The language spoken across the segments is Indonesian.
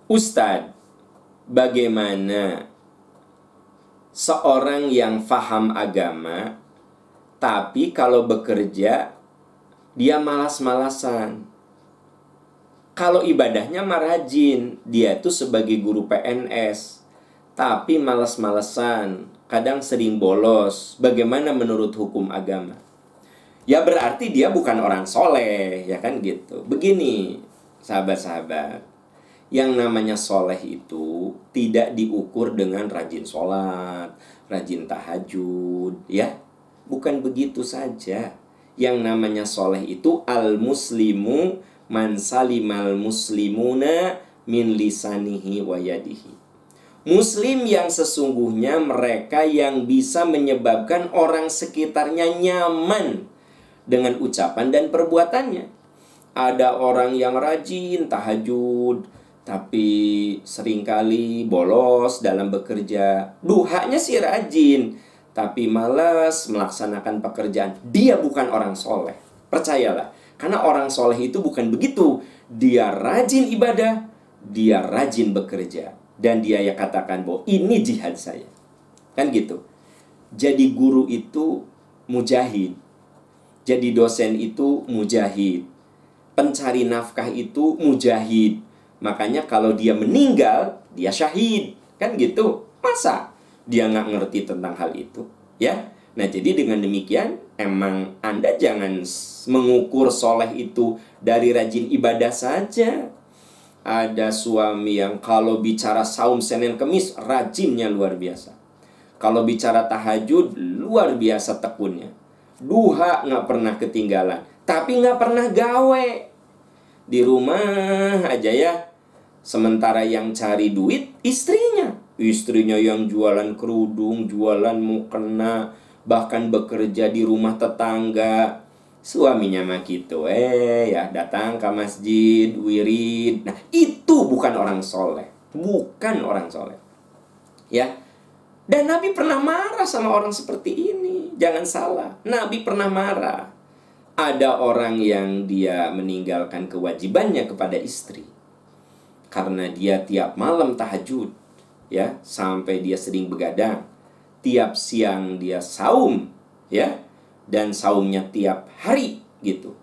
Ustadz, bagaimana seorang yang faham agama, tapi kalau bekerja, dia malas-malasan. Kalau ibadahnya mah rajin, dia tuh sebagai guru PNS, tapi malas-malesan, kadang sering bolos. Bagaimana menurut hukum agama? Ya berarti dia bukan orang soleh, ya kan gitu. Begini, sahabat-sahabat, yang namanya soleh itu tidak diukur dengan rajin sholat, rajin tahajud, ya. Bukan begitu saja. Yang namanya soleh itu al-muslimu man salimal muslimuna min lisanihi wa yadihi. Muslim yang sesungguhnya mereka yang bisa menyebabkan orang sekitarnya nyaman dengan ucapan dan perbuatannya. Ada orang yang rajin tahajud, tapi seringkali bolos dalam bekerja. Duhanya sih rajin, tapi malas melaksanakan pekerjaan. Dia bukan orang soleh. Percayalah, karena orang soleh itu bukan begitu. Dia rajin ibadah, dia rajin bekerja, dan dia ya katakan bahwa ini jihad saya. Kan gitu. Jadi guru itu mujahid. Jadi dosen itu mujahid. Pencari nafkah itu mujahid. Makanya kalau dia meninggal, dia syahid. Kan gitu. Masa dia nggak ngerti tentang hal itu? Ya. Nah, jadi dengan demikian, emang Anda jangan mengukur soleh itu dari rajin ibadah saja. Ada suami yang kalau bicara saum Senin Kemis, rajinnya luar biasa. Kalau bicara tahajud, luar biasa tekunnya. Duha nggak pernah ketinggalan, tapi nggak pernah gawe. Di rumah aja ya. Sementara yang cari duit istrinya. Istrinya yang jualan kerudung, jualan mukena, bahkan bekerja di rumah tetangga. Suaminya mah gitu, ya datang ke masjid, wirid. Nah, itu bukan orang soleh. Bukan orang soleh. Ya. Dan Nabi pernah marah sama orang seperti ini. Jangan salah, Nabi pernah marah. Ada orang yang dia meninggalkan kewajibannya kepada istri karena dia tiap malam tahajud, ya, sampai dia sering begadang. Tiap siang dia saum, ya, dan saumnya tiap hari gitu.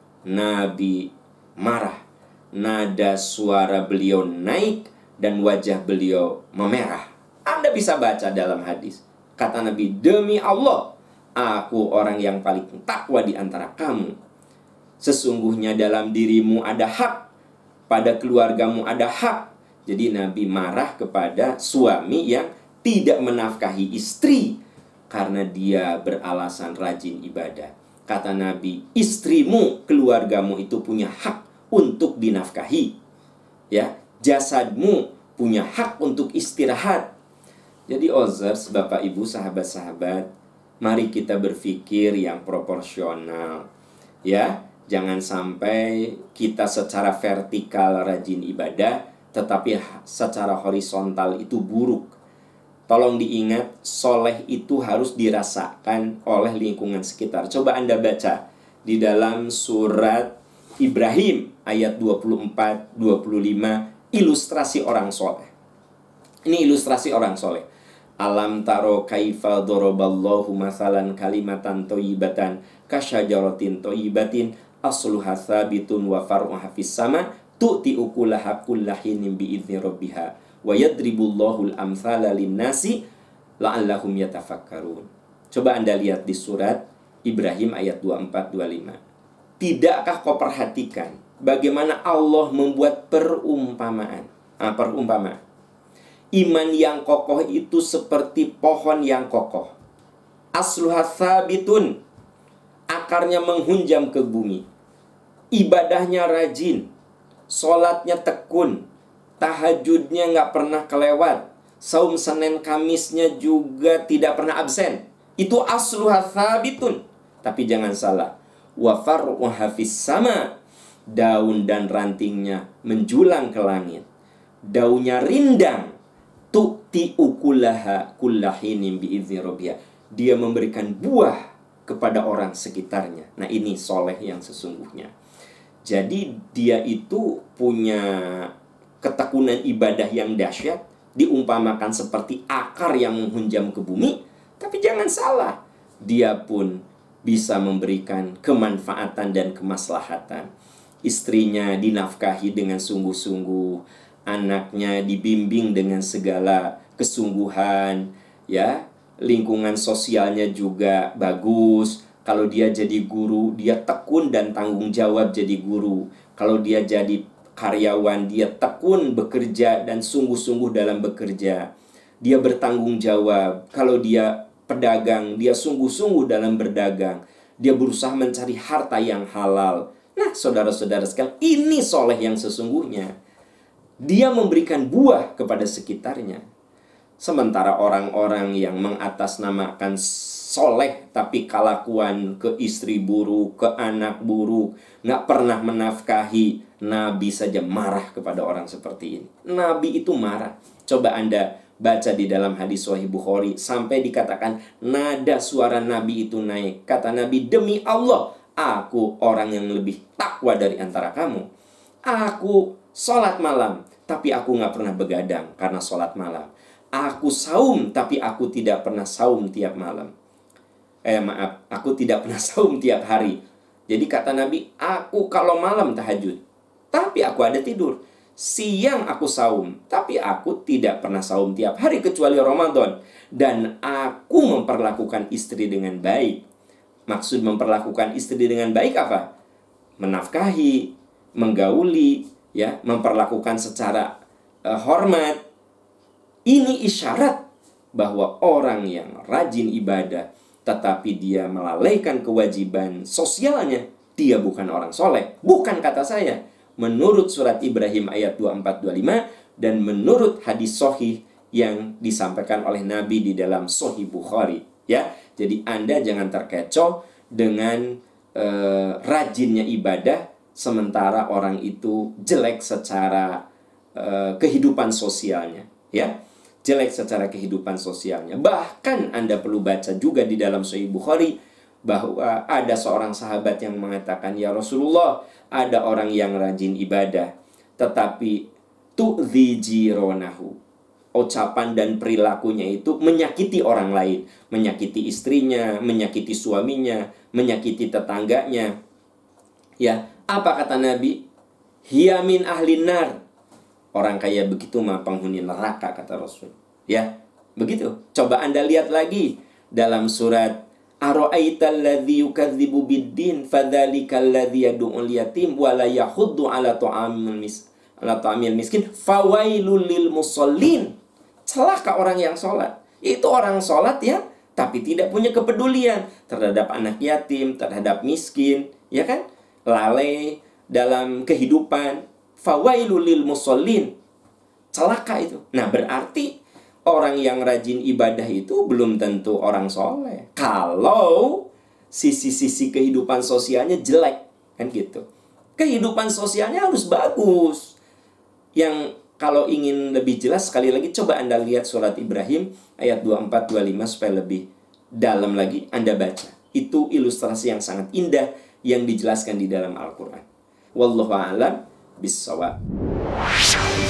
Nabi marah. Nada suara beliau naik dan wajah beliau memerah. Anda bisa baca dalam hadis. Kata Nabi, demi Allah, aku orang yang paling takwa di antara kamu. Sesungguhnya dalam dirimu ada hak, pada keluargamu ada hak. Jadi Nabi marah kepada suami yang tidak menafkahi istri karena dia beralasan rajin ibadah. Kata Nabi, istrimu, keluargamu itu punya hak untuk dinafkahi. Ya, jasadmu punya hak untuk istirahat. Jadi ozers, Bapak Ibu, sahabat-sahabat, mari kita berpikir yang proporsional. Ya, jangan sampai kita secara vertikal rajin ibadah, tetapi secara horizontal itu buruk. Tolong diingat, soleh itu harus dirasakan oleh lingkungan sekitar. Coba Anda baca di dalam surat Ibrahim ayat 24-25, ilustrasi orang soleh. Ini ilustrasi orang soleh. Alam taro kaifa doroballahu masalan kalimatan toyibatan kasyajaratin toyibatin asluha sabitun wa far'uha fis sama tu'ti ukulaha kullahinim bi'izni rabbiha wa yadribullahu al-amthala linnasi la'allahum yatafakkarun. Coba Anda lihat di surat Ibrahim ayat 24-25. Tidakkah kau perhatikan bagaimana Allah membuat perumpamaan? Perumpamaan. Iman yang kokoh itu seperti pohon yang kokoh. Asluha sabitun, akarnya menghunjam ke bumi. Ibadahnya rajin, sholatnya tekun, tahajudnya nggak pernah kelewat, saum Senin Kamisnya juga tidak pernah absen. Itu asluha sabitun. Tapi jangan salah, wa far'uha fis sama, daun dan rantingnya menjulang ke langit. Daunnya rindang. Tu'ti ukulaha kullahinim bi'izni rabbiha. Dia memberikan buah kepada orang sekitarnya. Nah, ini soleh yang sesungguhnya. Jadi dia itu punya ketekunan ibadah yang dahsyat, diumpamakan seperti akar yang menghunjam ke bumi. Tapi jangan salah, dia pun bisa memberikan kemanfaatan dan kemaslahatan. Istrinya dinafkahi dengan sungguh-sungguh, anaknya dibimbing dengan segala kesungguhan, ya. Lingkungan sosialnya juga bagus. Kalau dia jadi guru, dia tekun dan tanggung jawab jadi guru. Kalau dia jadi karyawan, dia tekun bekerja dan sungguh-sungguh dalam bekerja. Dia bertanggung jawab. Kalau dia pedagang, dia sungguh-sungguh dalam berdagang. Dia berusaha mencari harta yang halal. Nah, saudara-saudara sekalian, ini soleh yang sesungguhnya. Dia memberikan buah kepada sekitarnya. Sementara orang-orang yang mengatasnamakan soleh tapi kelakuan ke istri buruk, ke anak buruk, nggak pernah menafkahi, Nabi saja marah kepada orang seperti ini. Nabi itu marah. Coba Anda baca di dalam hadis Sahih Bukhari, sampai dikatakan nada suara Nabi itu naik. Kata Nabi, demi Allah, aku orang yang lebih takwa dari antara kamu. Aku sholat malam, tapi aku nggak pernah begadang karena sholat malam. Aku saum, tapi aku tidak pernah saum tiap malam. Aku tidak pernah saum tiap hari. Jadi kata Nabi, aku kalau malam tahajud, tapi aku ada tidur. Siang aku saum, tapi aku tidak pernah saum tiap hari kecuali Ramadan. Dan aku memperlakukan istri dengan baik. Maksud memperlakukan istri dengan baik apa? Menafkahi, menggauli, ya, memperlakukan secara hormat. Ini isyarat bahwa orang yang rajin ibadah tetapi dia melalaikan kewajiban sosialnya, dia bukan orang soleh. Bukan kata saya. Menurut surat Ibrahim ayat 24-25 dan menurut hadis sahih yang disampaikan oleh Nabi di dalam Sahih Bukhari, ya. Jadi Anda jangan terkecoh dengan rajinnya ibadah sementara orang itu jelek secara kehidupan sosialnya, ya. Jelek secara kehidupan sosialnya. Bahkan Anda perlu baca juga di dalam Sahih Bukhari bahwa ada seorang sahabat yang mengatakan, ya Rasulullah, ada orang yang rajin ibadah tetapi tu'dzi jironahu, ucapan dan perilakunya itu menyakiti orang lain, menyakiti istrinya, menyakiti suaminya, menyakiti tetangganya. Ya, apa kata Nabi? Hiya min ahlin nar. Orang kaya begitu mah penghuni neraka, kata Rasul. Ya, begitu. Coba Anda lihat lagi dalam surat Ara'aital ladzi yukadzibu biddin fadzalikal ladzi yad'ul yatim wa la yahuddu ala ta'amil miskin fawailul lil musallin. Celaka orang yang sholat. Itu orang sholat ya, tapi tidak punya kepedulian terhadap anak yatim, terhadap miskin, ya kan? Lalai dalam kehidupan. Fawailul lil musallin. Celaka itu. Nah, berarti orang yang rajin ibadah itu belum tentu orang soleh. Kalau sisi-sisi kehidupan sosialnya jelek, kan gitu. Kehidupan sosialnya harus bagus. Yang kalau ingin lebih jelas, sekali lagi coba Anda lihat surat Ibrahim ayat 24-25 supaya lebih dalam lagi Anda baca. Itu ilustrasi yang sangat indah yang dijelaskan di dalam Al-Quran. Wallahu a'lam bissawab.